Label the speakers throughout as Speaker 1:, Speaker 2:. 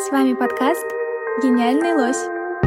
Speaker 1: С вами подкаст «Гениальный лось».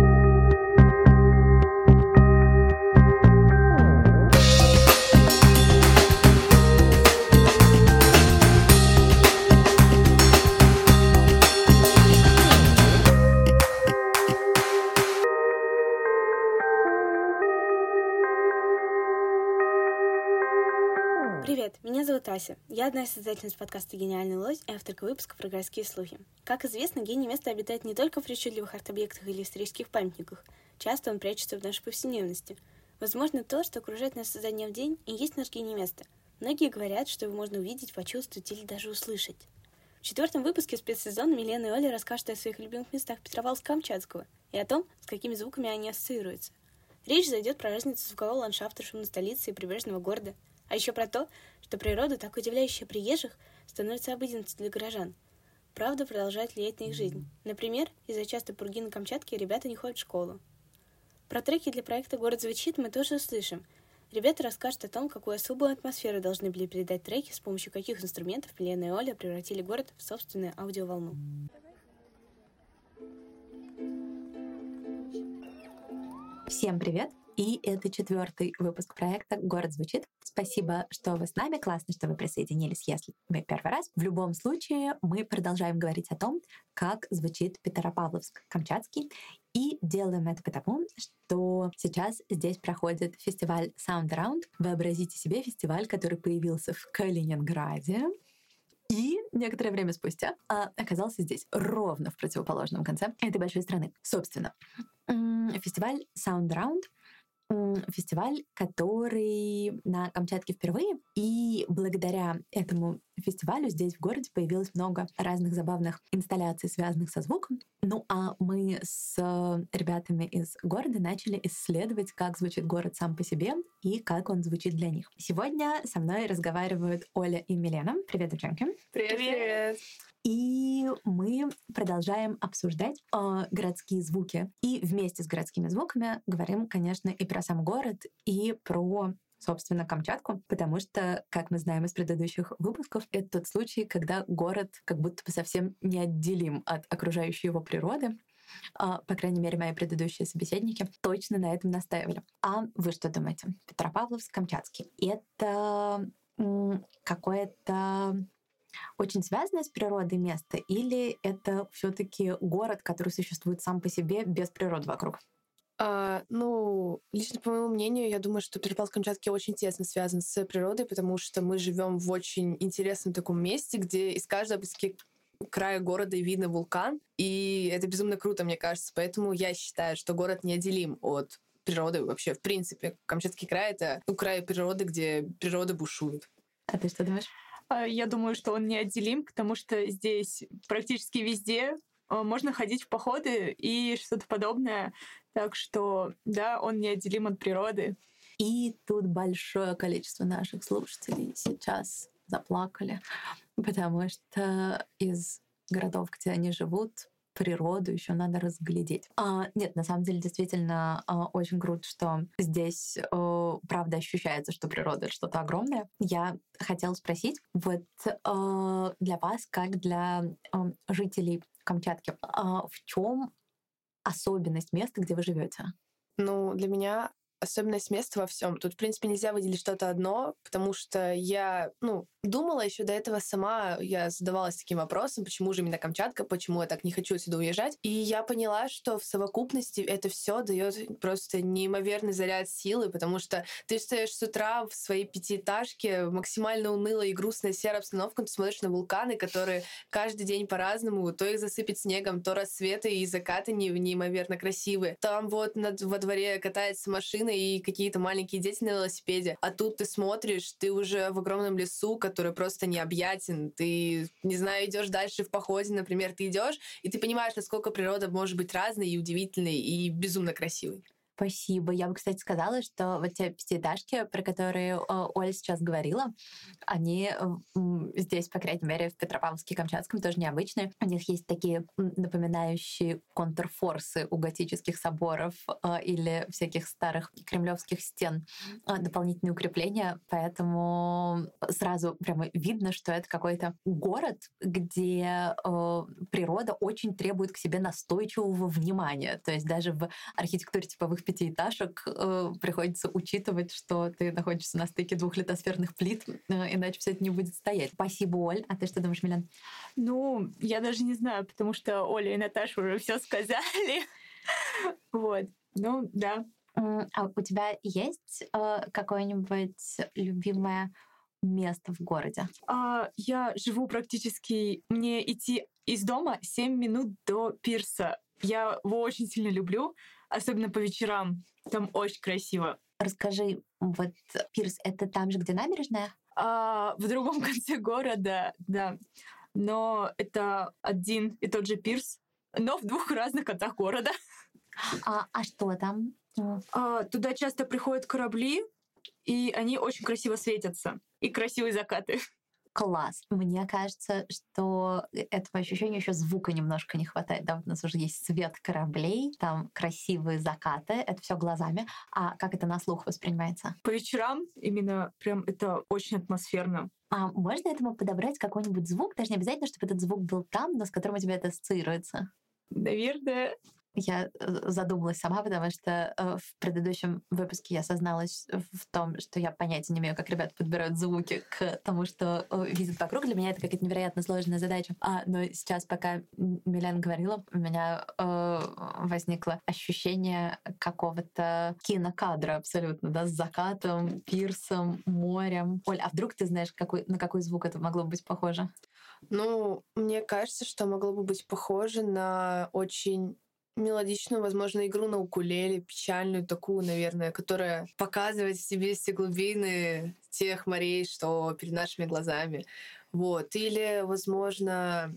Speaker 2: Привет, меня зовут Ася. Я одна из создательниц подкаста «Гениальный лось» и авторка выпуска про городские слухи. Как известно, гений место обитает не только в причудливых арт-объектах или исторических памятниках. Часто он прячется в нашей повседневности. Возможно, то, что окружает нас изо дня в день, и есть наш гений место. Многие говорят, что его можно увидеть, почувствовать или даже услышать. В 4-м выпуске спецсезона Милена и Оля расскажут о своих любимых местах Петропавловска-Камчатского и о том, с какими звуками они ассоциируются. Речь зайдет про разницу звукового ландшафта шумной столицы и прибрежного города, а еще про то, что природа, так удивляющая приезжих, становится обыденностью для горожан. Правда продолжает влиять на их жизнь. Например, из-за частой пурги на Камчатке ребята не ходят в школу. Про треки для проекта «Город звучит» мы тоже услышим. Ребята расскажут о том, какую особую атмосферу должны были передать треки, с помощью каких инструментов Милена и Оля превратили город в собственную аудиоволну.
Speaker 3: Всем привет! И это 4-й выпуск проекта «Город звучит». Спасибо, что вы с нами. Классно, что вы присоединились, если вы первый раз. В любом случае, мы продолжаем говорить о том, как звучит Петропавловск-Камчатский. И делаем это потому, что сейчас здесь проходит фестиваль Sound Around. Вообразите себе фестиваль, который появился в Калининграде. И некоторое время спустя оказался здесь, ровно в противоположном конце этой большой страны. Собственно, фестиваль Sound Around — фестиваль, который на Камчатке впервые. И благодаря этому фестивалю здесь в городе появилось много разных забавных инсталляций, связанных со звуком. Ну а мы с ребятами из города начали исследовать, как звучит город сам по себе и как он звучит для них. Сегодня со мной разговаривают Оля и Милена. Привет, девчонки.
Speaker 4: Привет!
Speaker 3: И мы продолжаем обсуждать городские звуки. И вместе с городскими звуками говорим, конечно, и про сам город, и про, собственно, Камчатку, потому что, как мы знаем из предыдущих выпусков, это тот случай, когда город как будто бы совсем неотделим от окружающей его природы. По крайней мере, мои предыдущие собеседники точно на этом настаивали. А вы что думаете? Петропавловск-Камчатский — это какое-то очень связанное с природой место, или это все-таки город, который существует сам по себе без природы вокруг?
Speaker 4: Лично по моему мнению, я думаю, что Петропавловск-Камчатский очень тесно связан с природой, потому что мы живем в очень интересном таком месте, где из каждого края города видно вулкан, и это безумно круто, мне кажется. Поэтому я считаю, что город неотделим от природы вообще. В принципе, Камчатский край — это край природы, где природа бушует.
Speaker 3: А ты что думаешь?
Speaker 5: Я думаю, что он неотделим, потому что здесь практически везде можно ходить в походы и что-то подобное. Так что, да, он неотделим от природы.
Speaker 3: И тут большое количество наших слушателей сейчас заплакали, потому что из городов, где они живут, природу еще надо разглядеть. Нет, на самом деле, действительно, очень круто, что здесь правда ощущается, что природа — это что-то огромное. Я хотела спросить, вот для вас, как для жителей Камчатки, в чем особенность места, где вы живете?
Speaker 4: Для меня особенность места во всем. Тут, в принципе, нельзя выделить что-то одно, потому что я, думала еще до этого сама, я задавалась таким вопросом, почему же именно Камчатка, почему я так не хочу отсюда уезжать. И я поняла, что в совокупности это все дает просто неимоверный заряд силы, потому что ты встаешь с утра в своей пятиэтажке, максимально унылая и грустная серая обстановка, ты смотришь на вулканы, которые каждый день по-разному, то их засыпет снегом, то рассветы и закаты неимоверно красивые. Там вот во дворе катается машина и какие-то маленькие дети на велосипеде. А тут ты смотришь, ты уже в огромном лесу, который просто необъятен. Ты, не знаю, идешь дальше в походе, например, ты идешь, и ты понимаешь, насколько природа может быть разной и удивительной, и безумно красивой.
Speaker 3: Спасибо. Я бы, кстати, сказала, что вот те пятиэтажки, про которые Оля сейчас говорила, они здесь, по крайней мере, в Петропавловске-Камчатском тоже необычные. У них есть такие напоминающие контрфорсы у готических соборов или всяких старых кремлевских стен дополнительные укрепления, поэтому сразу прямо видно, что это какой-то город, где природа очень требует к себе настойчивого внимания. То есть даже в архитектуре типовых пятиэтажек приходится учитывать, что ты находишься на стыке двух литосферных плит, иначе все это не будет стоять. Спасибо, Оль. А ты что думаешь, Милен?
Speaker 5: Ну, я даже не знаю, потому что Оля и Наташа уже все сказали. Вот. Ну, да.
Speaker 3: А у тебя есть какое-нибудь любимое место в городе?
Speaker 5: Я живу практически... Мне идти из дома 7 минут до пирса. Я его очень сильно люблю, особенно по вечерам. Там очень красиво.
Speaker 3: Расскажи, вот пирс — это там же, где набережная?
Speaker 5: В другом конце города, да. Но это один и тот же пирс, но в двух разных концах города.
Speaker 3: А что там?
Speaker 5: Туда часто приходят корабли, и они очень красиво светятся. И красивые закаты.
Speaker 3: Класс. Мне кажется, что этого ощущения еще звука немножко не хватает. Да, вот у нас уже есть свет кораблей, там красивые закаты, это все глазами. А как это на слух воспринимается?
Speaker 5: По вечерам именно прям это очень атмосферно.
Speaker 3: А можно этому подобрать какой-нибудь звук? Даже не обязательно, чтобы этот звук был там, но с которым у тебя это ассоциируется.
Speaker 5: Наверное.
Speaker 3: Я задумалась сама, потому что в предыдущем выпуске я созналась в том, что я понятия не имею, как ребята подбирают звуки к тому, что видят вокруг. Для меня это какая-то невероятно сложная задача. Но сейчас, пока Милен говорила, у меня возникло ощущение какого-то кинокадра абсолютно, да, с закатом, пирсом, морем. Оль, а вдруг ты знаешь, на какой звук это могло быть похоже?
Speaker 4: Ну, мне кажется, что могло бы быть похоже на очень мелодичную, возможно, игру на укулеле, печальную такую, наверное, которая показывает в себе все глубины тех морей, что перед нашими глазами. Вот. Или, возможно,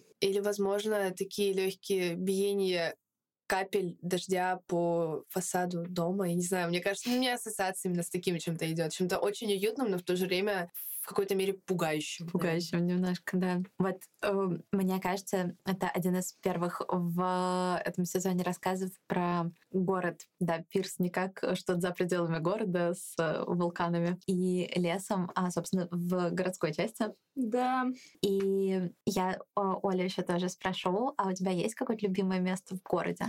Speaker 4: такие легкие биения капель дождя по фасаду дома. Я не знаю, мне кажется, у меня ассоциация именно с таким чем-то идет, чем-то очень уютным, но в то же время в какой-то мере пугающим.
Speaker 3: Пугающим немножко, да. Вот мне кажется, это один из первых в этом сезоне рассказов про город. Да, пирс не как что-то за пределами города с вулканами и лесом, а, собственно, в городской части.
Speaker 5: Да.
Speaker 3: И я Оля еще тоже спрошу, а у тебя есть какое-то любимое место в городе?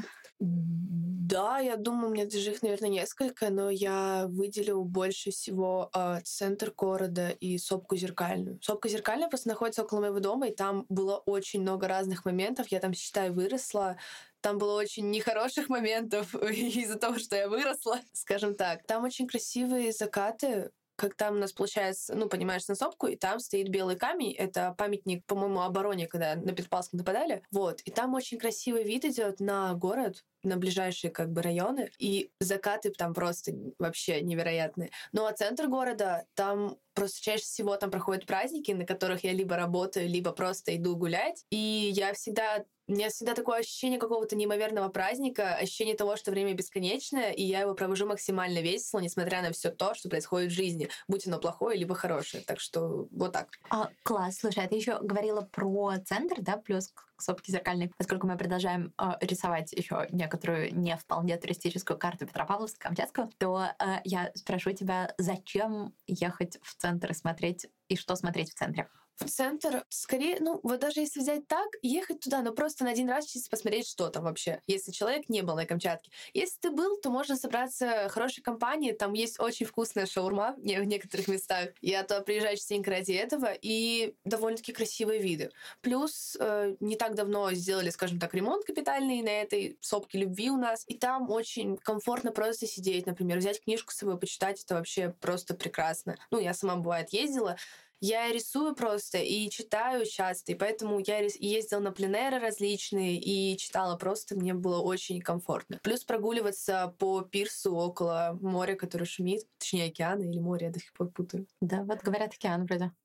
Speaker 4: Да, я думаю, у меня даже их, наверное, несколько, но я выделю больше всего центр города и Сопку Зеркальную. Сопка Зеркальная просто находится около моего дома, и там было очень много разных моментов. Я там, считай, выросла. Там было очень нехороших моментов из-за того, что я выросла, скажем так. Там очень красивые закаты, как там у нас получается, ну, понимаешь, на Сопку, и там стоит белый камень. Это памятник, по-моему, обороне, когда на Петропавловск нападали. Вот. И там очень красивый вид идет на город, на ближайшие как бы районы. И закаты там просто вообще невероятные. Ну, а центр города, там просто чаще всего там проходят праздники, на которых я либо работаю, либо просто иду гулять. И у меня всегда такое ощущение какого-то неимоверного праздника, ощущение того, что время бесконечное, и я его провожу максимально весело, несмотря на все то, что происходит в жизни, будь оно плохое либо хорошее. Так что вот так.
Speaker 3: Класс. Слушай, а ты еще говорила про центр, да, плюс к Сопке Зеркальной. Поскольку мы продолжаем рисовать еще некоторую не вполне туристическую карту Петропавловска-Камчатского, то я спрошу тебя, зачем ехать в центр и смотреть, и что смотреть в центре?
Speaker 4: В центр, скорее, ну, вот даже если взять так, ехать туда, но просто на один раз чисто посмотреть, что там вообще, если человек не был на Камчатке. Если ты был, то можно собраться в хорошей компании, там есть очень вкусная шаурма в некоторых местах. Я туда приезжаю частенько ради этого, и довольно-таки красивые виды. Плюс не так давно сделали, скажем так, ремонт капитальный на этой Сопке Любви у нас, и там очень комфортно просто сидеть, например, взять книжку с собой, почитать, это вообще просто прекрасно. Ну, я сама, бывает, ездила. Я рисую просто и читаю часто, и поэтому я ездила на пленэры различные и читала просто, мне было очень комфортно. Плюс прогуливаться по пирсу около моря, которое шумит, точнее океана или моря, я до сих пор путаю.
Speaker 3: Да, вот говорят океан вроде.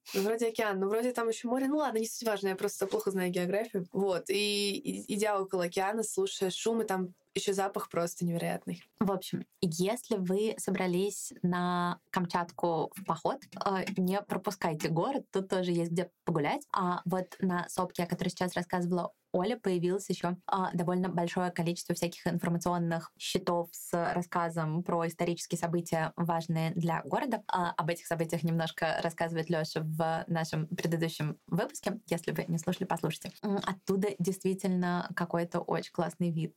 Speaker 4: Вроде океан, но вроде там еще море. Ну ладно, не суть важно, я просто плохо знаю географию. Вот, и идя около океана, слушая шум, и там еще запах просто невероятный.
Speaker 3: В общем, если вы собрались на Камчатку в поход, не пропускайте город, тут тоже есть где погулять. А вот на сопке, о которой сейчас рассказывала Оля, появилось еще довольно большое количество всяких информационных щитов с рассказом про исторические события, важные для города. Об этих событиях немножко рассказывает Лёша в нашем предыдущем выпуске. Если вы не слушали, послушайте. Оттуда действительно какой-то очень классный вид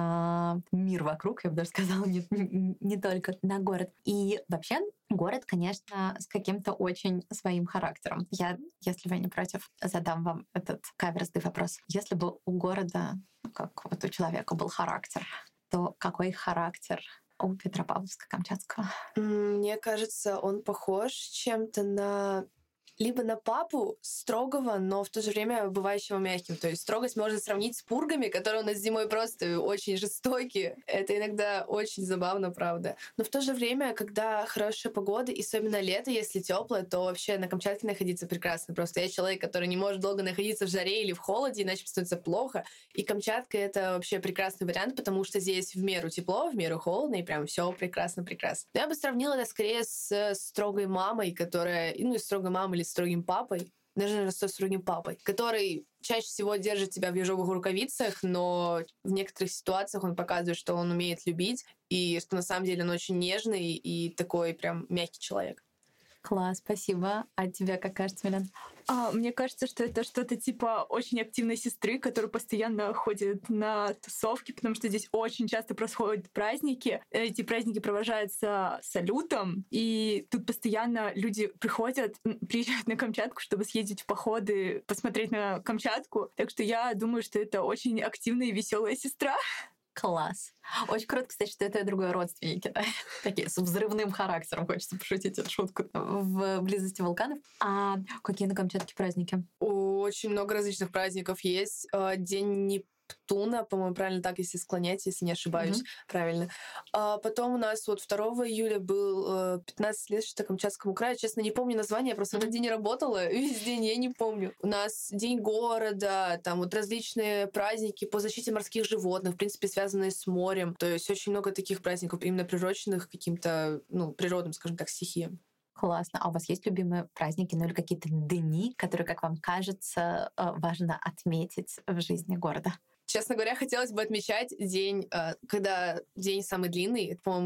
Speaker 3: на мир вокруг, я бы даже сказала, не только на город. И вообще город, конечно, с каким-то очень своим характером. Я, если вы не против, задам вам этот каверзный вопрос. Если бы у города, как вот у человека, был характер, то какой характер у Петропавловска-Камчатского?
Speaker 4: Мне кажется, он похож чем-то на либо на папу строгого, но в то же время бывающего мягким. То есть строгость можно сравнить с пургами, которые у нас зимой просто очень жестокие. Это иногда очень забавно, правда. Но в то же время, когда хорошая погода, и особенно лето, если теплое, то вообще на Камчатке находиться прекрасно. Просто я человек, который не может долго находиться в жаре или в холоде, иначе становится плохо. И Камчатка — это вообще прекрасный вариант, потому что здесь в меру тепло, в меру холодно, и прям все прекрасно-прекрасно. Я бы сравнила это скорее с строгой мамой, которая, ну, и строгой мамой или строгим папой, даже, наверное, со строгим папой, который чаще всего держит тебя в ежовых рукавицах, но в некоторых ситуациях он показывает, что он умеет любить, и что на самом деле он очень нежный и такой прям мягкий человек.
Speaker 3: Класс, спасибо. А тебе как кажется, Милен?
Speaker 5: Мне кажется, что это что-то типа очень активной сестры, которая постоянно ходит на тусовки, потому что здесь очень часто происходят праздники. Эти праздники провожаются салютом, и тут постоянно люди приезжают на Камчатку, чтобы съездить в походы, посмотреть на Камчатку. Так что я думаю, что это очень активная и веселая сестра.
Speaker 3: Класс. Очень круто, кстати, что это и другой родственники, да? Такие с взрывным характером, хочется пошутить эту шутку, в близости вулканов. А какие на Камчатке праздники?
Speaker 4: Очень много различных праздников есть. День Нептуна, по-моему, правильно так, если склонять, если не ошибаюсь, правильно. Потом у нас вот 2 июля был 15 лет что Камчатскому краю. Честно, не помню название, я просто в этот день не работала, весь день я не помню. У нас День города, там вот различные праздники по защите морских животных, в принципе, связанные с морем. То есть очень много таких праздников, именно приуроченных к каким-то, ну, природным, скажем так, стихиям.
Speaker 3: Классно. А у вас есть любимые праздники, ну или какие-то дни, которые, как вам кажется, важно отметить в жизни города?
Speaker 4: Честно говоря, хотелось бы отмечать день, когда день самый длинный, это, по-моему,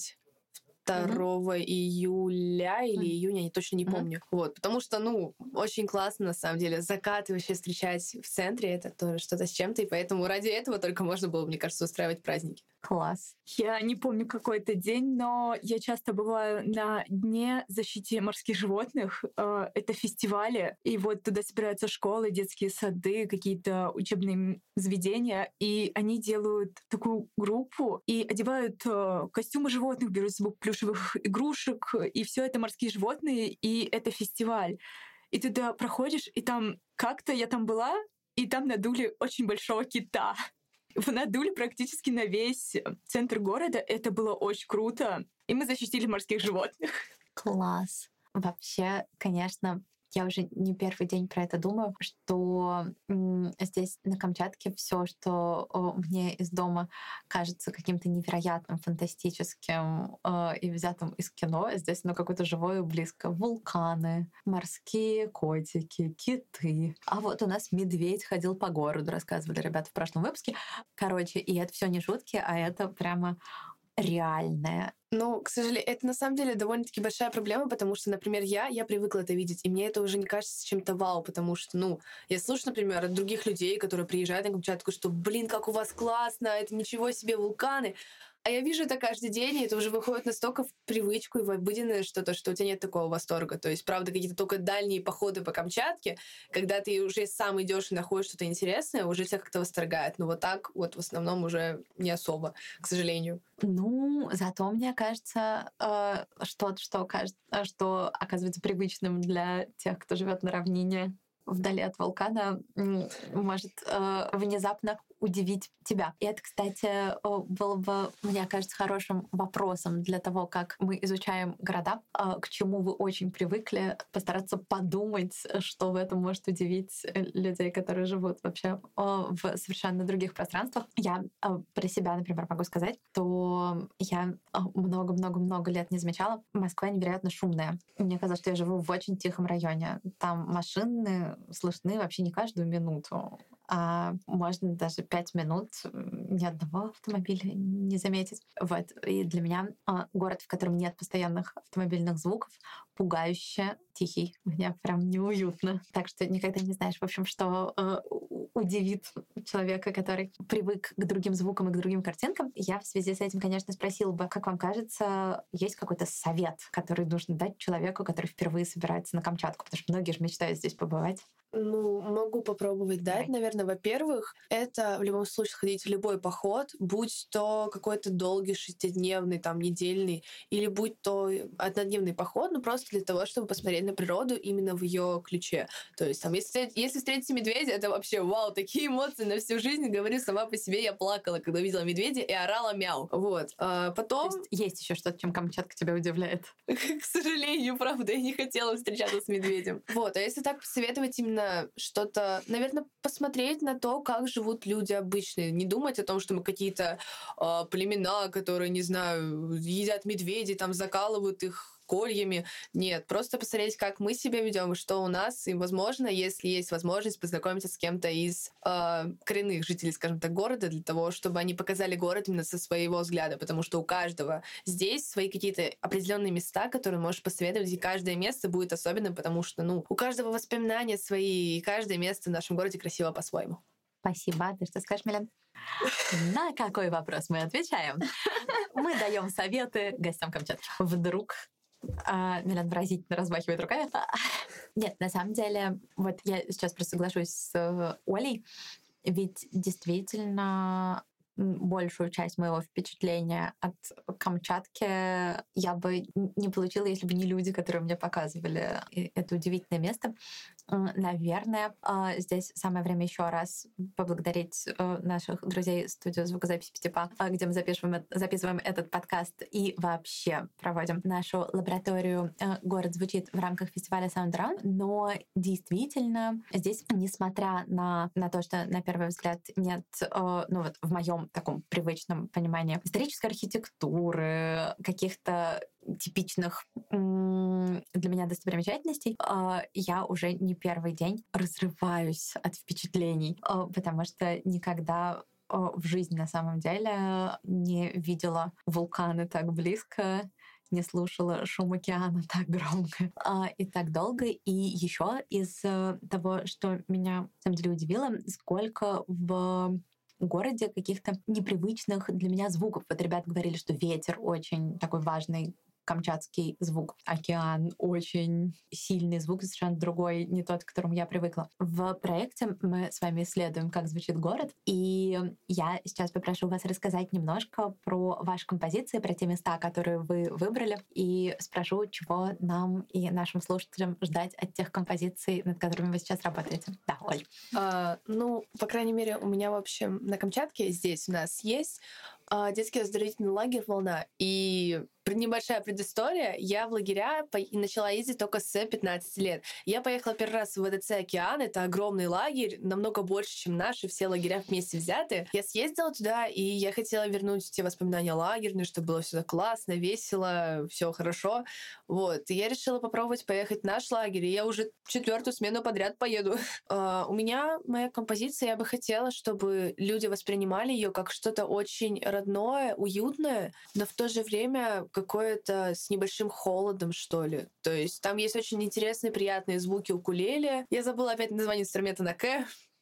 Speaker 4: 22 июля или июня, я точно не помню. Вот, потому что, ну, очень классно, на самом деле, закаты вообще встречать в центре, это тоже что-то с чем-то, и поэтому ради этого только можно было, мне кажется, устраивать праздники.
Speaker 3: Класс.
Speaker 5: Я не помню какой это день, но я часто бываю на Дне защиты морских животных. Это фестивали, и вот туда собираются школы, детские сады, какие-то учебные заведения, и они делают такую группу и одевают костюмы животных, берут с собой плюшевых игрушек, и все это морские животные, и это фестиваль. И ты туда проходишь, и там как-то я там была, и там надули очень большого кита. Его надули практически на весь центр города. Это было очень круто. И мы защитили морских животных.
Speaker 3: Класс. Вообще, конечно, я уже не первый день про это думаю, что здесь на Камчатке все, что мне из дома кажется каким-то невероятным, фантастическим и взятым из кино, здесь оно какое-то живое и близко. Вулканы, морские котики, киты. А вот у нас медведь ходил по городу, рассказывали ребята в прошлом выпуске. Короче, и это все не шутки, а это прямо реальное.
Speaker 4: Ну, к сожалению, это на самом деле довольно-таки большая проблема, потому что, например, я привыкла это видеть, и мне это уже не кажется чем-то вау, потому что, ну, я слышу, например, от других людей, которые приезжают на Камчатку, что, блин, как у вас классно, это ничего себе вулканы. А я вижу это каждый день, и это уже выходит настолько в привычку и в обыденное что-то, что у тебя нет такого восторга. То есть, правда, какие-то только дальние походы по Камчатке, когда ты уже сам идешь и находишь что-то интересное, уже тебя как-то восторгает. Но вот так вот в основном уже не особо, к сожалению.
Speaker 3: Ну, зато, мне кажется, что оказывается привычным для тех, кто живет на равнине, вдали от вулкана может внезапно удивить тебя. И это, кстати, было бы, мне кажется, хорошим вопросом для того, как мы изучаем города, к чему вы очень привыкли, постараться подумать, что в этом может удивить людей, которые живут вообще в совершенно других пространствах. Я про себя, например, могу сказать, что я много-много-много лет не замечала. Москва невероятно шумная. Мне казалось, что я живу в очень тихом районе. Там машины слышны вообще не каждую минуту, а можно даже 5 минут ни одного автомобиля не заметить. Вот. И для меня город, в котором нет постоянных автомобильных звуков, пугающе тихий. Мне прям неуютно. Так что никогда не знаешь, в общем, что удивит человека, который привык к другим звукам и к другим картинкам. Я в связи с этим, конечно, спросила бы, как вам кажется, есть какой-то совет, который нужно дать человеку, который впервые собирается на Камчатку? Потому что многие же мечтают здесь побывать.
Speaker 4: Ну, могу попробовать дать. Наверное, во-первых, это в любом случае сходить в любой поход, будь то какой-то долгий шестидневный, там, недельный, или будь то однодневный поход, ну, просто для того, чтобы посмотреть на природу именно в ее ключе. То есть, там, если встретите медведя, это вообще вау, такие эмоции на всю жизнь. Говорю, сама по себе я плакала, когда видела медведя и орала мяу. Вот. А потом...
Speaker 3: Есть еще что-то, чем Камчатка тебя удивляет?
Speaker 4: К сожалению, правда, я не хотела встречаться с медведем. Вот. А если так посоветовать именно что-то, наверное, посмотреть на то, как живут люди обычные. Не думать о том, что мы какие-то племена, которые, не знаю, едят медведей, там закалывают их кольями. Нет, просто посмотреть, как мы себя ведем, что у нас, и, возможно, если есть возможность, познакомиться с кем-то из коренных жителей, скажем так, города, для того, чтобы они показали город именно со своего взгляда, потому что у каждого здесь свои какие-то определенные места, которые можешь посоветовать, и каждое место будет особенным, потому что, ну, у каждого воспоминания свои, и каждое место в нашем городе красиво по-своему.
Speaker 3: Спасибо. Ты что скажешь, Милен? На какой вопрос мы отвечаем? Мы даем советы гостям Камчатки. Вдруг Милен выразительно размахивает руками. Нет, на самом деле, вот я сейчас просто соглашусь с Олей, ведь действительно большую часть моего впечатления от Камчатки я бы не получила, если бы не люди, которые мне показывали это удивительное место. Наверное, здесь самое время еще раз поблагодарить наших друзей студию звукозаписи Степа, где мы записываем этот подкаст и вообще проводим нашу лабораторию «Город звучит» в рамках фестиваля Sound Around. Но действительно, здесь, несмотря на то, что на первый взгляд нет, ну вот в моем таком привычном понимании исторической архитектуры, каких-то типичных для меня достопримечательностей, я уже не первый день разрываюсь от впечатлений, потому что никогда в жизни на самом деле не видела вулканы так близко, не слушала шум океана так громко и так долго. И еще из того, что меня на самом деле удивило, сколько в городе каких-то непривычных для меня звуков. Вот ребята говорили, что ветер очень такой важный камчатский звук. Океан — очень сильный звук, совершенно другой, не тот, к которому я привыкла. В проекте мы с вами исследуем, как звучит город, и я сейчас попрошу вас рассказать немножко про ваши композиции, про те места, которые вы выбрали, и спрошу, чего нам и нашим слушателям ждать от тех композиций, над которыми вы сейчас работаете. Да, Оль.
Speaker 4: Ну, по крайней мере, у меня, в общем, на Камчатке здесь у нас есть детский оздоровительный лагерь «Волна». И небольшая предыстория. Я в лагеря начала ездить только с 15 лет. Я поехала первый раз в ВДЦ «Океан». Это огромный лагерь, намного больше, чем наши, все лагеря вместе взяты. Я съездила туда, и я хотела вернуть те воспоминания лагерные, чтобы было все классно, весело, все хорошо. Вот. И я решила попробовать поехать в наш лагерь, и я уже 4-ю смену подряд поеду. У меня моя композиция, я бы хотела, чтобы люди воспринимали ее как что-то очень родное, уютное, но в то же время какое-то с небольшим холодом, что ли. То есть там есть очень интересные, приятные звуки укулеле. Я забыла опять название инструмента на «К».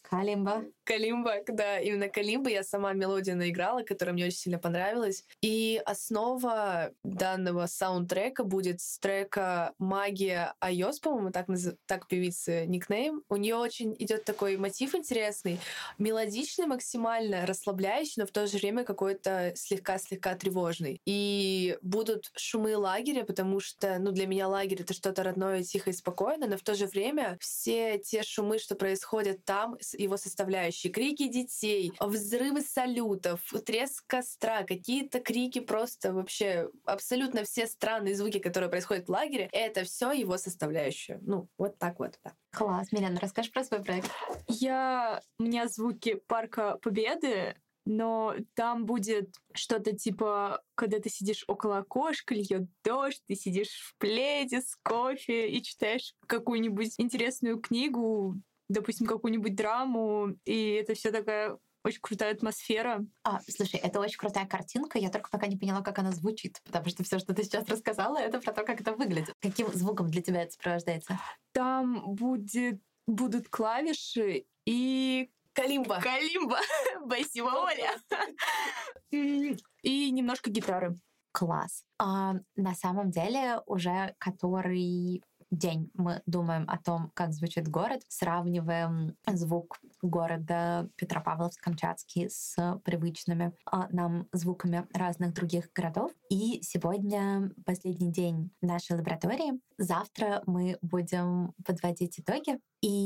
Speaker 3: Калимба.
Speaker 4: Калимба, да, именно Калимба. Я сама мелодию наиграла, которая мне очень сильно понравилась. И основа данного саундтрека будет с трека «Магия Айос», по-моему, так певицы никнейм. У нее очень идет такой мотив интересный, мелодичный максимально, расслабляющий, но в то же время какой-то слегка-слегка тревожный. И будут шумы лагеря, потому что, для меня лагерь — это что-то родное, тихо и спокойно, но в то же время все те шумы, что происходят там, его составляющие, крики детей, взрывы салютов, треск костра, какие-то крики, просто вообще абсолютно все странные звуки, которые происходят в лагере, это все его составляющая. Вот так вот, да.
Speaker 3: Класс. Милена, расскажи про свой проект.
Speaker 5: У меня звуки Парка Победы, но там будет что-то типа, когда ты сидишь около окошка, льет дождь, ты сидишь в пледе с кофе и читаешь какую-нибудь интересную книгу, допустим, какую-нибудь драму, и это все такая очень крутая атмосфера.
Speaker 3: Слушай, это очень крутая картинка, я только пока не поняла, как она звучит, потому что все, что ты сейчас рассказала, это про то, как это выглядит. Каким звуком для тебя это сопровождается?
Speaker 5: Там будут клавиши и...
Speaker 4: Калимба!
Speaker 5: Спасибо, Оля! И немножко гитары.
Speaker 3: Класс. На самом деле уже который день мы думаем о том, как звучит город, сравниваем звук города Петропавловск-Камчатский с привычными нам звуками разных других городов. И сегодня последний день нашей лаборатории. Завтра мы будем подводить итоги.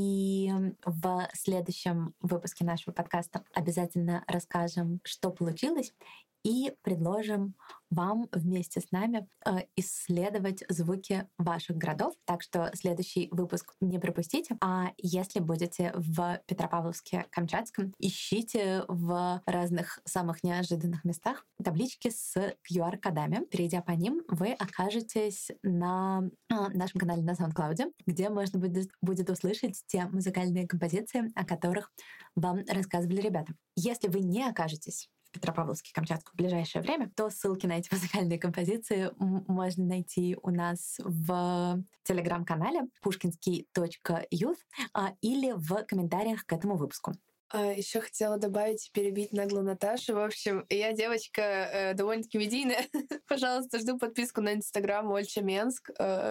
Speaker 3: И в следующем выпуске нашего подкаста обязательно расскажем, что получилось, и предложим вам вместе с нами исследовать звуки ваших городов. Так что следующий выпуск не пропустите. А если будете в Петропавловске-Камчатском, ищите в разных самых неожиданных местах таблички с QR-кодами. Перейдя по ним, вы окажетесь на нашем канале на SoundCloud, где можно будет услышать те музыкальные композиции, о которых вам рассказывали ребята. Если вы не окажетесь Петропавловске-Камчатском в ближайшее время, то ссылки на эти музыкальные композиции можно найти у нас в телеграм-канале pushkinsky.youth или в комментариях к этому выпуску.
Speaker 4: Еще хотела добавить и перебить нагло Наташу. В общем, я девочка довольно-таки медийная. Пожалуйста, жду подписку на Инстаграм Ольча Менск.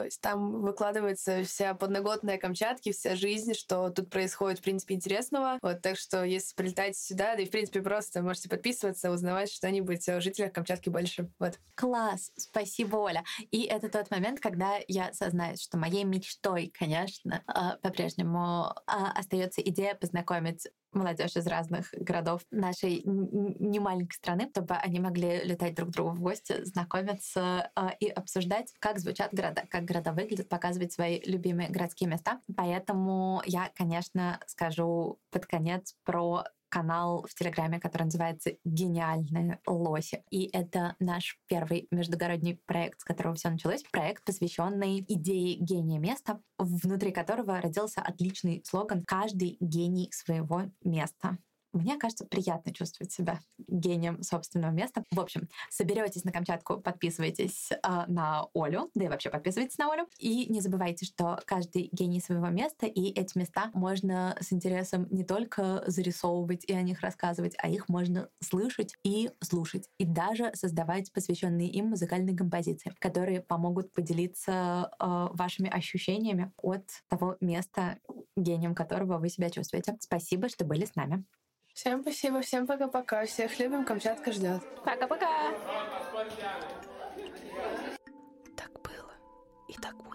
Speaker 4: Там выкладывается вся подноготная Камчатки, вся жизнь, что тут происходит, в принципе, интересного. Так что, если прилетаете сюда, да и, в принципе, просто можете подписываться, узнавать что-нибудь о жителях Камчатки больше.
Speaker 3: Класс! Спасибо, Оля. И это тот момент, когда я осознаю, что моей мечтой, конечно, по-прежнему остается идея познакомить молодежь из разных городов нашей немаленькой страны, чтобы они могли летать друг к другу в гости, знакомиться и обсуждать, как звучат города, как города выглядят, показывать свои любимые городские места. Поэтому я, конечно, скажу под конец про канал в Телеграме, который называется «Гениальные лоси». И это наш первый междугородний проект, с которого все началось. Проект, посвященный идее гения места, внутри которого родился отличный слоган «Каждый гений своего места». Мне кажется, приятно чувствовать себя гением собственного места. В общем, соберетесь на Камчатку, подписывайтесь на Олю, да и вообще подписывайтесь на Олю. И не забывайте, что каждый гений своего места, и эти места можно с интересом не только зарисовывать и о них рассказывать, а их можно слышать и слушать, и даже создавать посвященные им музыкальные композиции, которые помогут поделиться вашими ощущениями от того места, гением которого вы себя чувствуете. Спасибо, что были с нами.
Speaker 4: Всем спасибо, всем пока-пока. Всех любим, Камчатка ждет.
Speaker 3: Пока-пока!
Speaker 2: Так было и так будет.